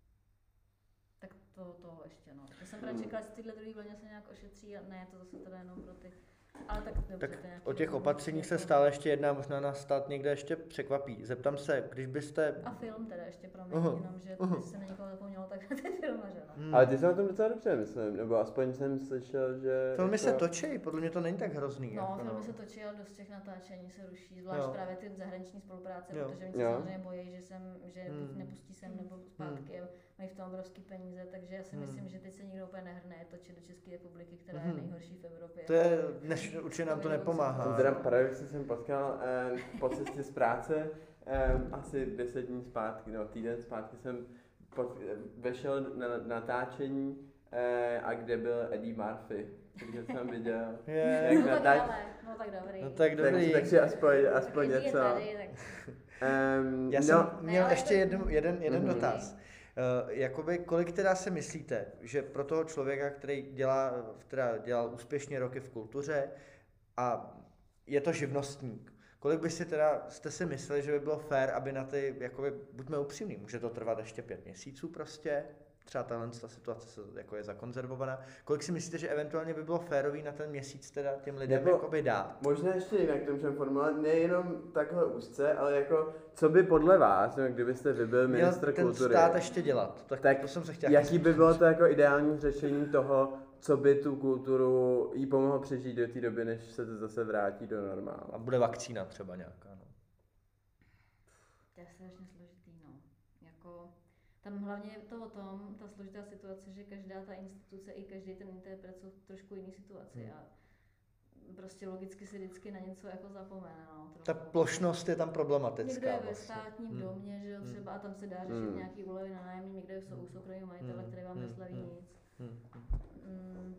Tak to, to ještě no. Já jsem právě Mm. čekala, jestli tyhle druhý vlně se nějak ošetří a ne, to zase teda jenom pro ty. Ale tak dobře, Tak to je nějaký o těch jako- opatřeních se jako- stále ještě jedná, možná nás stát někde ještě překvapí. Zeptám se, když byste... A film teda ještě pro mě, Aha, jenom, že aha. když se na někoho zapomnělo, tak ty filmaře, no. Hmm. Ale ty jsi na tom docela dobře, myslím, nebo aspoň jsem slyšel, že... Filmy se jako- točí, podle mě to není tak hrozný. No, jako, filmy se točí, ale dost těch natáčení se ruší, zvlášť Jo. právě ty zahraniční spolupráce, Jo. protože oni se Jo. samozřejmě bojí, že sem, že Hmm. buď nepustí sem nebo zpátky, a mají v tom obrovský peníze, takže já si Hmm. myslím, že teď se nikdo úplně nehrne točit do České republiky, která Mhm. je nejhorší v Evropě. To je, než, určitě nám to Jsem nepomáhá. teda paradoxně jsem potkal eh, po cestě z práce, eh, asi deset dní zpátky, no týden zpátky jsem pot, vešel na natáčení eh, a kde byl Eddie Murphy, takže jsem viděl. Je, Jak No tak natáč- ale, no tak dobrý. no tak Tak, dobrý. takže aspoň, aspoň Tak je něco. tady, tak Um, Já no, jsem měl ale ještě to- jeden, jeden, jeden Mhm. dotaz. Uh, jakoby, kolik teda si myslíte, že pro toho člověka, který dělá, teda dělal úspěšně roky v kultuře a je to živnostník, kolik by si teda, jste si mysleli, že by bylo fér, aby na ty, jakoby, buďme upřímní, může to trvat ještě pět měsíců prostě, třeba tahle ta situace se, jako je zakonzervovaná, kolik si myslíte, že eventuálně by bylo férový na ten měsíc teda těm lidem Nebo- jakoby dát? možná ještě jinak to můžeme formulovat, nejenom takhle úzce, ale jako, co by podle vás, no, kdybyste vy byl Měl ministr ten kultury, stát ještě dělat, tak, Tak to jsem se chtěl. jaký by bylo to jako ideální řešení toho, co by tu kulturu jí pomohlo přežít do té doby, než se to zase vrátí do normálu. A bude vakcína třeba nějaká, no. to je strašně složitý, no. Jako, tam hlavně je to o tom, ta složitá situace, že každá ta instituce i každý ten interpret jsou v trošku jiný situaci Hmm. a prostě logicky se vždycky na něco jako zapomene, no. Ta trochu. plošnost je tam problematická. Někdo je ve vlastně. státním Hmm. domě, že jo, Hmm. třeba a tam se dá řešit Hmm. nějaký úlevy na nájemní, někde jsou u soukromého majitele, Hmm. který vám Hmm. neslaví Hmm. nic. Hmm. Mm,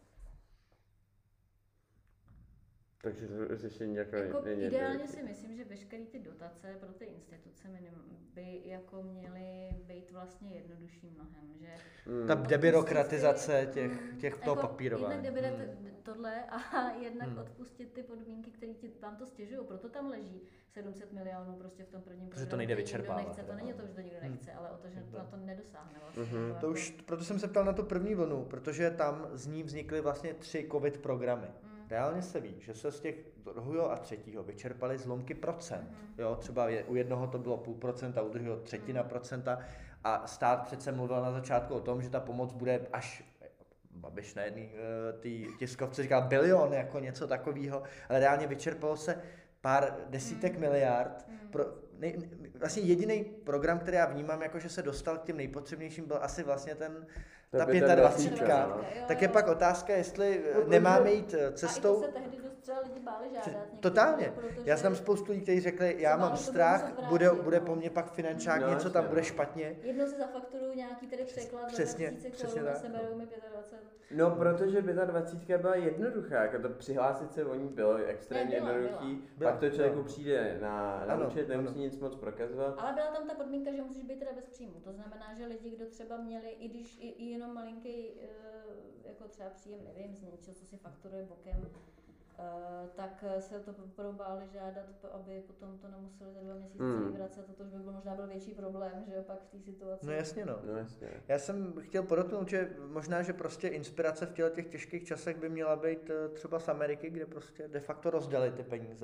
Takže to řešení jako, Jako není ideálně jednoduché. si myslím, že veškeré ty dotace pro ty instituce minim- by jako měly být vlastně jednodušší mnohem, že Mm. Ta odpustit debirokratizace si- těch, mm, těch jako toho papírování. Jednak Hmm. debirokrati- tohle a jednak Hmm. odpustit ty podmínky, které ti vám to stěžují, proto tam leží sedm set milionů prostě v tom prvním Protože to programu, nejde který nikdo vyčerpávat, nechce, to jo. není to, že to nikdo Hmm. nechce, ale o to, že Pravda. na to nedosáhne vlastně. Mhm. nebo To jako- už, proto jsem se ptal na tu první vlnu, protože tam z ní vznikly vlastně tři covid programy. Mm. Reálně se ví, že se z těch druhého a třetího vyčerpaly zlomky procent. Mhm. Jo, třeba je, u jednoho to bylo půl procenta, u druhého třetina Mhm. procenta a stát přece mluvil na začátku o tom, že ta pomoc bude až Babiš na jedné uh, tiskovce říkal bilion, jako něco takového, ale reálně vyčerpalo se pár desítek Mhm. miliard. Mm. Pro, nej, vlastně jediný program, který já vnímám, jako že se dostal k těm nejpotřebnějším, byl asi vlastně ten ta pětadvacítka, pětadvacítka. no. Jo, Tak jo. je pak otázka, jestli eh, No, nemáme protože- jít eh, A i cestou. to se tehdy dost třeba lidi báli žádat. někteří, Totálně. protože- Já znám spoustu lidí, kteří řekli, já se mám báli, že to strach, bude muset bude, vrátit, bude no. po mně pak finančák, No, něco jasně, tam bude no. špatně. Jednou si zafakturuju nějaký tedy překlad Přesně, za dva tisíce přesně korun a tak, seberou no. mi dvacet pět. No, protože dvacítka byla jednoduchá, jako to přihlásit se o ní bylo extrémně Ne, byla, jednoduchý, byla. pak to člověku Byla. přijde na, Ano, naučit, nemusí ano. nic moc prokazovat. Ale byla tam ta podmínka, že musíš být teda bez příjmu. To znamená, že lidi, kdo třeba měli, i když i, i jenom malinký, eh, jako třeba příjem, nevím, z něčeho, co si fakturuje bokem, eh, tak se to probáli žádat, aby potom to nemuseli za dva měsíce Hmm. vyvracet, a to už by byl, možná byl větší problém, že jo, pak v té situaci. No jasně no. No jasně. Já jsem chtěl podotknout, že možná, že prostě inspirace v těle těch těžkých časech by měla být eh, třeba z Ameriky, kde prostě de facto rozdali ty peníze.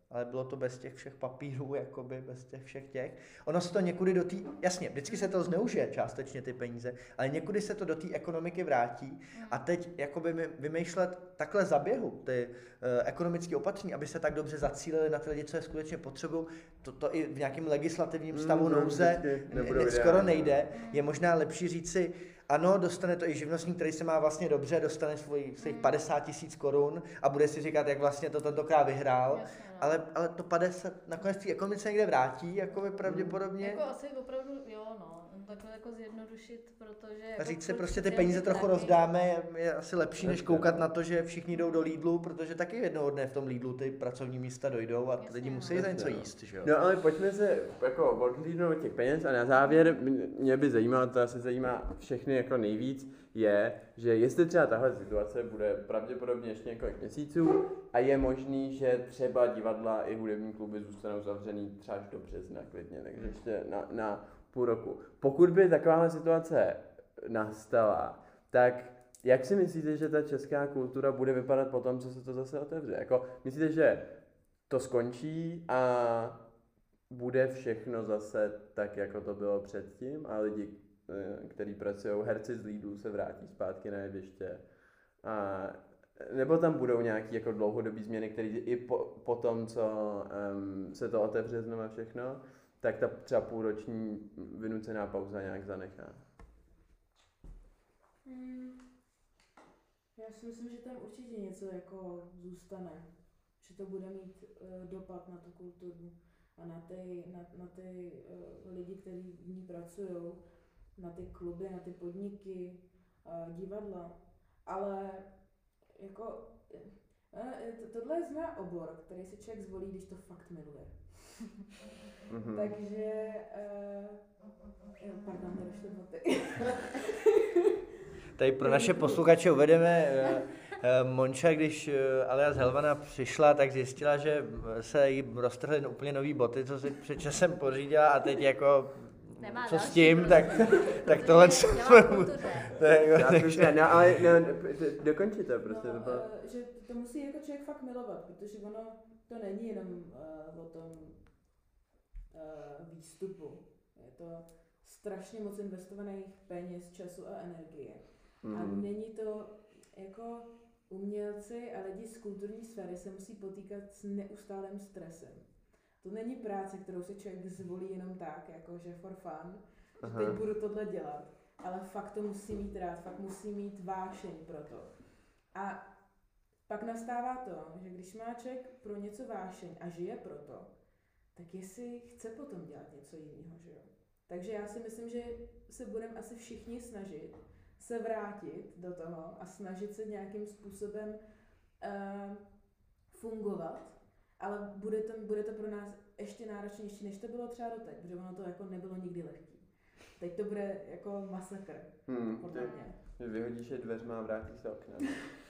ale bylo to bez těch všech papírů, jakoby bez těch všech těch. Ono se to někudy do té, jasně, vždycky se to zneužije částečně ty peníze, ale někudy se to do té ekonomiky vrátí a teď jakoby my vymýšlet takhle za běhu ty uh, ekonomické opatření, aby se tak dobře zacílili na ty lidi, co je skutečně potřebují, to, to i v nějakém legislativním stavu Mm, nouze vždycky nebude ne, skoro ideální. nejde. Je možná lepší říct si, ano, dostane to i živnostník, který se má vlastně dobře, dostane svůj, svých padesát tisíc korun a bude si říkat, jak vlastně to tentokrát vyhrál, Jasně, no. ale, ale to padesát nakonec té ekonomice někde vrátí, jako by pravděpodobně. Jako asi opravdu, jo no, takhle jako zjednodušit, protože... A Jako říct si furt prostě ty sociální peníze trochu terapie- rozdáme, je, je asi lepší, než Jasně. koukat na to, že všichni jdou do Lidlu, protože taky jednoho dne v tom Lidlu ty pracovní místa dojdou a Jasně, lidi no. musí za něco Jasně, no. jíst, že jo. No ale pojďme se jako odhlídnout těch peněz a na závěr mě by zajímalo, to asi zajímá všechny jako nejvíc, je, že jestli třeba tahle situace bude pravděpodobně ještě několik měsíců a je možný, že třeba divadla i hudební kluby zůstanou zavřený třeba až do března klidně, takže ještě na, na půl roku. Pokud by taková situace nastala, tak jak si myslíte, že ta česká kultura bude vypadat potom, co se to zase otevře? Jako, myslíte, že to skončí a bude všechno zase tak, jako to bylo předtím a lidi, eh, kteří pracují, herci z Lidlu se vrátí zpátky na jeviště? A nebo tam budou nějaké jako dlouhodobé změny, které i po, po tom, co um, se to otevře znova všechno, tak ta třeba půlroční vynucená pauza nějak zanechá? Hmm. Já si myslím, že tam určitě něco jako zůstane. Že to bude mít uh, dopad na tu kulturu a na ty, na, na ty uh, lidi, kteří v ní pracují, na ty kluby, na ty podniky, uh, divadla. Ale jako uh, to, tohle je zná obor, který si člověk zvolí, když to fakt miluje. Mhm. Takže uh, jo, pardon, to došly boty. Tady pro naše posluchače uvedeme, eh, eh, Monča, když eh, alias Helvana přišla, tak zjistila, že se jí roztrhly úplně nový boty, co si před časem pořídila a teď jako, Nemá co s další tím, prostě. tak, tak tohle... Dělá kultuře. to je jako- Já prostě, no, ale no, dokončí to prostě. No, to bylo... eh, že to musí jako člověk fakt milovat, protože ono to není jenom uh, o tom uh, výstupu. Je to strašně moc investovaných peněz, času a energie. Mm. A Mhm. není to jako umělci a lidi z kulturní sféry se musí potýkat s neustálým stresem. To není práce, kterou se člověk zvolí jenom tak, jako že for fun, že Aha. teď budu tohle dělat, ale fakt to musí mít rád, fakt musí mít vášeň pro to. A pak nastává to, že když má člověk pro něco vášeň a žije pro to, tak jestli chce potom dělat něco jiného, že jo. Takže já si myslím, že se budeme asi všichni snažit se vrátit do toho a snažit se nějakým způsobem uh, fungovat, ale bude to, bude to pro nás ještě náročnější, než to bylo třeba doteď, protože ono to jako nebylo nikdy lehký. Teď to bude jako masakr, Hmm, podle mě. ty vyhodíš je dveřma a vrátíš se oknem.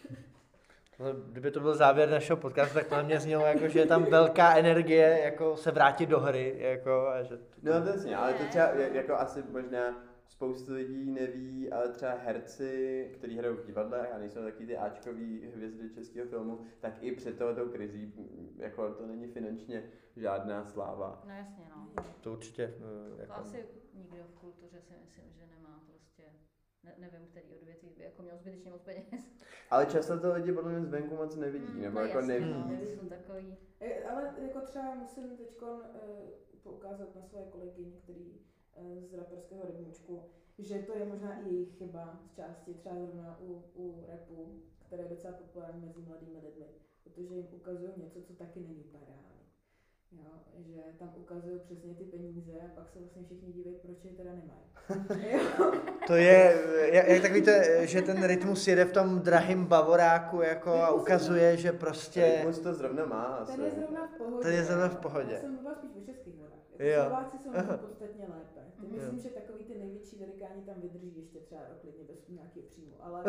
Tohle, kdyby to byl závěr našeho podcastu, tak to mě znělo jako, že je tam velká energie, jako se vrátit do hry, jako a že... No to jasně, ale to třeba je- jako asi možná spoustu lidí neví, ale třeba herci, kteří hrajou v divadle a nejsou taky ty áčkový hvězdy českého filmu, tak i před tohoto krizí, jako to není finančně žádná sláva. No jasně, no. To určitě... eh, To Jako, asi nikdo v kultuře si myslím, že nemá prostě, ne, nevím, který odvětví by jako měl zbytečně moc peněz. Ale často to lidi podle mě zvenku moc nevidí, Mm, nebo no jako jasně, neví. no, neví. jsou takový, E, Ale jako třeba musím teď uh, poukázat na své kolegyně, který uh, z raperského rybníčku, že to je možná i jejich chyba z části třeba zrovna u, u rapu, které je docela populární mezi mladými lidmi, protože jim ukazují něco, co taky není úplně reálné. Jo, že tam ukazují přesně ty peníze a pak se vlastně všichni dívají, proč je teda nemají. Jo. to je, jak, jak tak víte, že ten rytmus jede v tom drahým bavoráku, jako a ukazuje, že prostě... Rytmus to zrovna má asi. Ten je zrovna v pohodě. Ten je zrovna v pohodě. Já jsem mluvila spíš o českých horách. Jo. Jako Slováci jsou na tom podstatně lépe. Ty Mhm. myslím, že takový ty největší velikáni tam vydrží ještě třeba rok klidně bez nějakého příjmu, ale...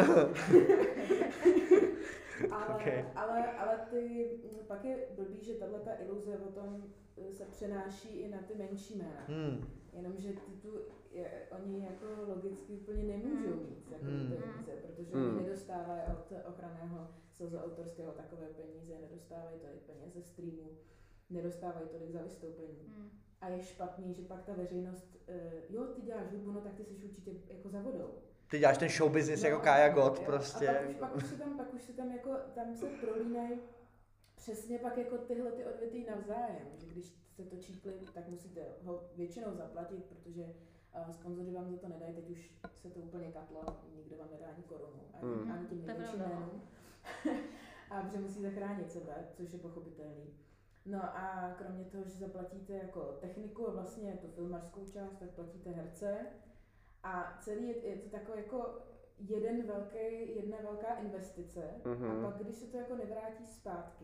ale, Okay. ale, ale ty, pak je blbý, že tahle ta iluze o tom eh, se přenáší i na ty menší jména. Hmm. Jenomže ty tu, je, oni jako logicky úplně nemůžou mít jako Hmm. peníze, protože Hmm. oni nedostávají od ochranného svazu autorského takové peníze, nedostávají tady peníze streamu. nedostávají tolik za vystoupení. Hmm. A je špatný, že pak ta veřejnost, uh, jo, ty děláš hudbu, no tak ty jsi určitě jako za vodou. Ty děláš ten show business No, jako Kája Gott jo. prostě. A pak už, pak už se tam, pak už se tam jako, tam se prolínají přesně pak jako tyhle ty odvětví navzájem, že když se točí klip, tak musíte ho většinou zaplatit, protože uh, sponzoři vám za to nedají, teď už se to úplně katlo, nikdo vám nedá ani korunu, ani, Mm. ani tím To je největším pravda. jménům. A protože musí zachránit sebe, což je pochopitelný. No a kromě toho, že zaplatíte jako techniku a vlastně tu filmařskou část, tak platíte herce. A celý je, je to takový jako jeden velký, jedna velká investice. Mhm. A pak, když se to jako nevrátí zpátky,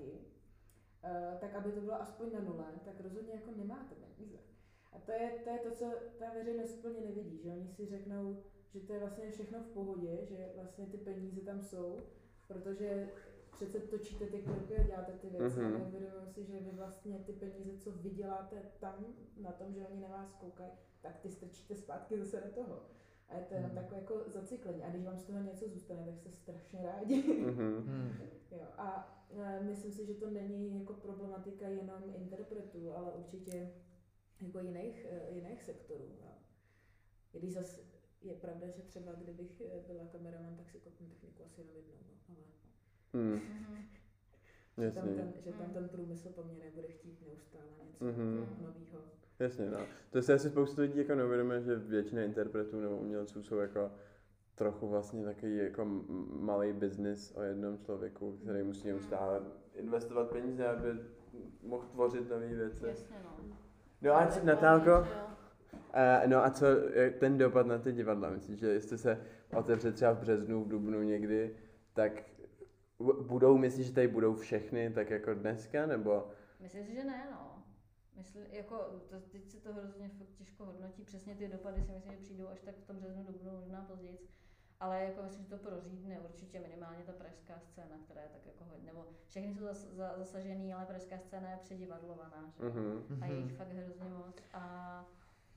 uh, tak aby to bylo aspoň na nule, tak rozhodně jako nemáte peníze. A to je, to je to, co ta veřejnost úplně nevidí, že oni si řeknou, že to je vlastně všechno v pohodě, že vlastně ty peníze tam jsou, protože přece točíte ty klipy a děláte ty věci, Mhm. ale uvědomuji si, že vy vlastně ty peníze, co vyděláte tam na tom, že oni na vás koukají, tak ty strčíte zpátky zase do toho. A je to jenom Mhm. takové jako zacyklení. A když vám z toho něco zůstane, tak jste strašně rádi. Mhm. Hmm. Jo, a e, myslím si, že to není jako problematika jenom interpretů, ale určitě jako jiných, e, jiných sektorů. A i když zase je pravda, že třeba kdybych e, byla kameraman, tak si koupím techniku asi jenom jednou, no, ale Hmm. Mhm. že tam, Jasně. ten, že tam Mm. ten průmysl po mně nebude chtít neustále něco Mhm. jako novýho. Jasně, no. To se asi spoustu lidí jako neuvědomuje, že většina interpretů nebo umělců jsou jako trochu vlastně takový jako m- malý biznis o jednom člověku, který musí neustále investovat peníze, aby mohl tvořit nové věci. Jasně, no. No a Ale Natálko, jo. uh, no a co je ten dopad na ty divadla? Myslíš, že jestli se otevře třeba v březnu, v dubnu někdy, tak bu- budou, myslíš, že tady budou všechny tak jako dneska, nebo? Myslím si, že ne, no. Myslím, jako, to, teď se to hrozně fakt těžko hodnotí, přesně ty dopady si myslím, že přijdou až tak v tom březnu, dubnu, možná později. Ale jako myslím, že to prořídne určitě minimálně ta pražská scéna, která je tak jako hodně, nebo všechny jsou zas, za, zasažený, ale pražská scéna je předivadlovaná, že? Mhm. A je jich fakt hrozně moc a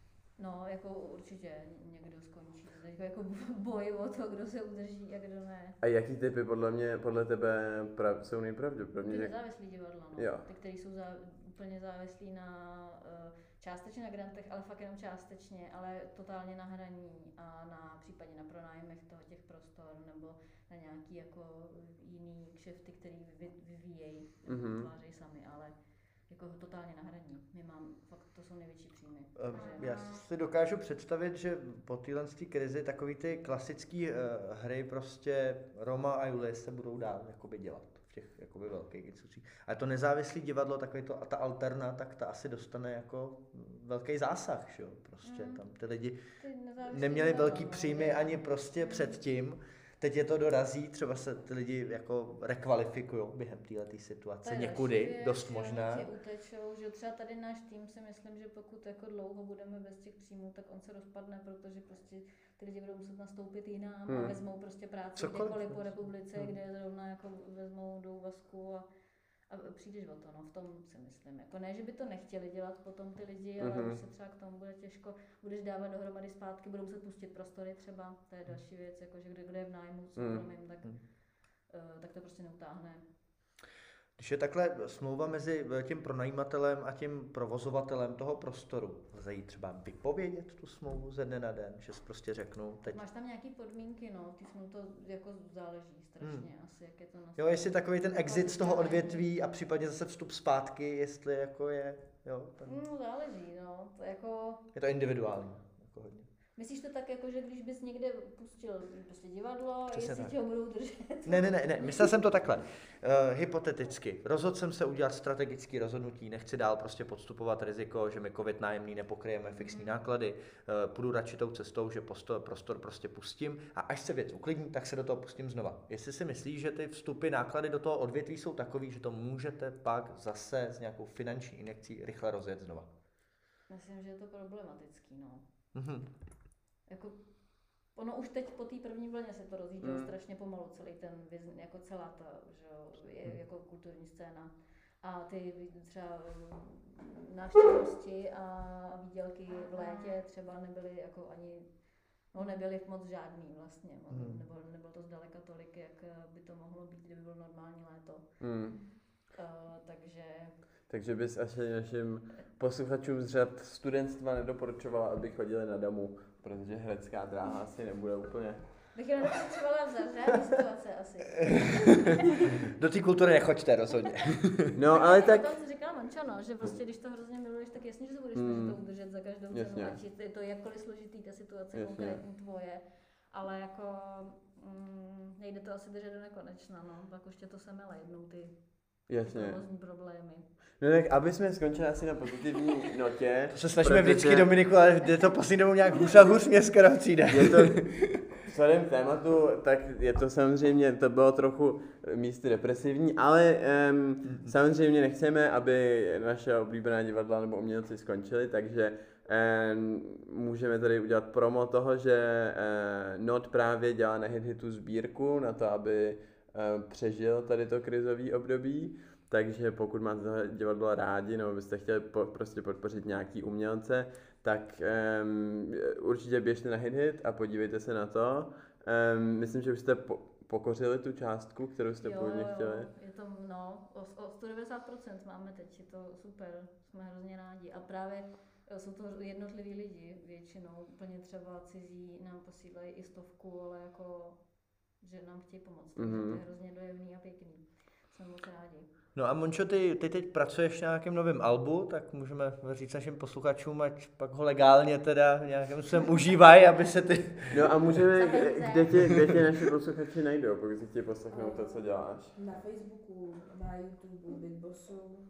no, jako určitě někdo skončí. Teď jako boj o to, kdo se udrží a kdo ne. A jaký typy podle mě, podle tebe prav, jsou nejpravděpodobně? Ty že- nezávislí divadla, no. Jo. Ty, které jsou za, úplně závislí na uh, částečně na grantech, ale fakt jenom částečně, ale totálně na hraní a na případně na pronájmech toho těch prostor nebo na nějaký jako jiný kšefty, který vy, vyvíjejí, Mhm. mm-hmm. tvářejí sami, ale jako totálně na hraní. My mám, fakt to jsou největší příjmy. Eh, Takže- Já si dokážu představit, že po téhle krizi takový ty klasické uh, hry prostě Roma a Julie se budou dál jakoby dělat v těch jakoby velkých institucích. Ale to nezávislé divadlo, takový to, a ta alterna, tak ta asi dostane jako velký zásah, že jo? Prostě Mm. tam ty lidi Ty nezávislí neměli divadla, velký no. příjmy ani prostě Mm. předtím. Teď je to dorazí, třeba se ty lidi jako rekvalifikují během této situace To je někudy, další věc, dost že možná. oni ti utečou, že třeba tady náš tým si myslím, že pokud jako dlouho budeme bez těch příjmů, tak on se rozpadne, protože prostě ty lidi budou muset nastoupit jinam Hmm. a vezmou prostě práci Cokoliv kdekoliv po prostě. republice, Hmm. kde zrovna jako vezmou do úvazku a, a přijdeš o to, no, v tom si myslím. Jako ne, že by to nechtěli dělat potom ty lidi, ale Mhm. už se třeba k tomu bude těžko, budeš dávat dohromady zpátky, budou muset pustit prostory třeba, to je další věc, jako že kdo, kdo je v nájmu soukromým, tak, Hmm. uh, tak to prostě neutáhne. Když je takhle smlouva mezi tím pronajímatelem a tím provozovatelem toho prostoru, lze jí třeba vypovědět tu smlouvu ze dne na den, že si prostě řeknou teď. Máš tam nějaký podmínky, no, ty jsme to jako záleží strašně asi, jak je to na Jo, jestli takový ten exit z toho odvětví a případně zase vstup zpátky, jestli jako je, jo, ten, No, záleží, no, to jako, je to individuální. Jako hodně. myslíš to tak jako, že když bys někde pustil prostě divadlo, Přesně jestli tak. tě ho budou držet? Ne, ne, ne, ne, myslel jsem to takhle. Uh, hypoteticky. Rozhodl jsem se udělat strategické rozhodnutí, nechci dál prostě podstupovat riziko, že mi covid nájemný nepokryjeme fixní náklady, uh, půjdu radši tou cestou, že prostor, prostor prostě pustím a až se věc uklidní, tak se do toho pustím znova. Jestli si myslíš, že ty vstupy, náklady do toho odvětví jsou takový, že to můžete pak zase s nějakou finanční injekcí rychle rozjet znova. Myslím, že je to problematický, no. Mhm. Jako, ono už teď po té první vlně se to rozjíždělo Mm. strašně pomalu, celý ten, bizn- jako celá ta, že jo, je, Mm. jako kulturní scéna. A ty třeba mm, návštěvnosti a výdělky v létě třeba nebyly jako ani, no nebyly moc žádný vlastně, Mm. nebo nebylo to zdaleka tolik, jak by to mohlo být, kdyby bylo normální léto. Hmm. Uh, takže Takže bys asi našim posluchačům z řad studentstva nedoporučovala, aby chodili na damu, protože herecká dráha asi nebude úplně... Bych jenom nedoporučovala v žádné situace asi. Do té kultury nechoďte rozhodně. No, ale tak... To, co říkal Monča, no, že prostě když to hrozně miluješ, tak jasně, že to budeš Mm. snažit to udržet za každou Jasně. cenu, ať je to jakkoliv složitý, ta situace Jasně. konkrétní tvoje, ale jako mm, nejde to asi držet do nekonečna, no, pak už tě to semele jednou ty Jasně. provozní problémy. No tak, aby jsme skončili asi na pozitivní notě. To se snažíme protože vždycky, Dominiku, ale jde to poslední dobou nějak hůř a hůř, mě skoro přijde. Je to, vzhledem k tématu, tak je to samozřejmě, to bylo trochu místy depresivní, ale um, samozřejmě nechceme, aby naše oblíbená divadla nebo umělci skončili, takže um, můžeme tady udělat promo toho, že uh, Not právě dělá na HitHitu sbírku na to, aby uh, přežil tady to krizový období. Takže pokud máte tohle divadlo rádi, nebo byste chtěli po, prostě podpořit nějaký umělce, tak um, určitě běžte na HitHit a podívejte se na to. Um, myslím, že už jste po, pokořili tu částku, kterou jste Jo, původně jo, chtěli. je to, no, o, o sto devadesát procent máme teď, je to super, jsme hrozně rádi a právě e, jsou to jednotliví lidi většinou, úplně třeba cizí nám posílají i stovku, ale jako, že nám chtějí pomoct, takže Mhm. to je hrozně dojemný a pěkný, jsme moc rádi. No a Mončo, ty, ty teď pracuješ na nějakém novém albu, tak můžeme říct našim posluchačům, ať pak ho legálně teda nějakým způsobem užívají, aby se ty... No a můžeme, Za peníze. kde tě, kde tě naši posluchači najdou, pokud si chtějí poslechnout to, co děláš. Na Facebooku, na YouTube Big Bossu,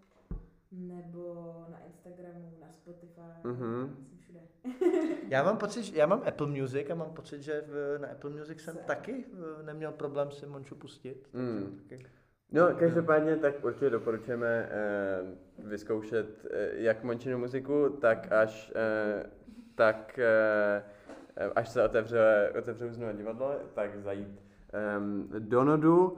nebo na Instagramu, na Spotify, Mhm. jsem všude. Já mám pocit, že- já mám Apple Music a mám pocit, že v, na Apple Music jsem Se. taky eh, neměl problém si Monču pustit. Mm. Taky. No, každopádně tak určitě doporučujeme eh, vyzkoušet eh, jak Mončinu muziku, tak až, eh, tak, eh, až se otevře, otevře znovu divadlo, tak zajít eh, do Nodu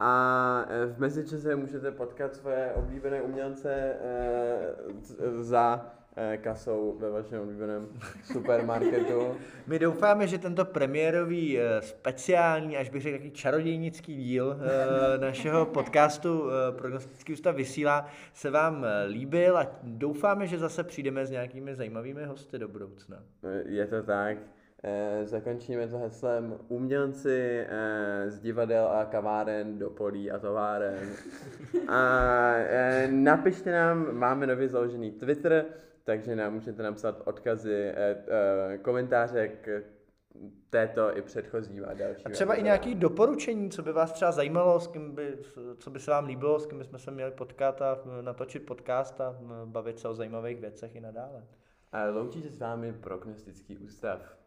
a eh, v mezičase můžete potkat své oblíbené umělce eh, z- za eh, kasou ve vašem oblíbeném supermarketu. My doufáme, že tento premiérový eh, speciální, až bych řekl takový čarodějnický díl eh, našeho podcastu eh, Prognostický ústav vysílá se vám eh, líbil a doufáme, že zase přijdeme s nějakými zajímavými hosty do budoucna. Je to tak. Eh, Zakončíme to heslem umělci eh, z divadel a kaváren do polí a továren. A eh, napište nám, máme nově založený Twitter, takže nám můžete napsat odkazy, eh, eh, komentáře k této i předchozím a dalším. A třeba i nějaké doporučení, co by vás třeba zajímalo, s kým by, co by se vám líbilo, s kým bychom se měli potkat a eh, natočit podcast a eh, bavit se o zajímavých věcech i nadále. A loučí se s vámi Prognostický ústav.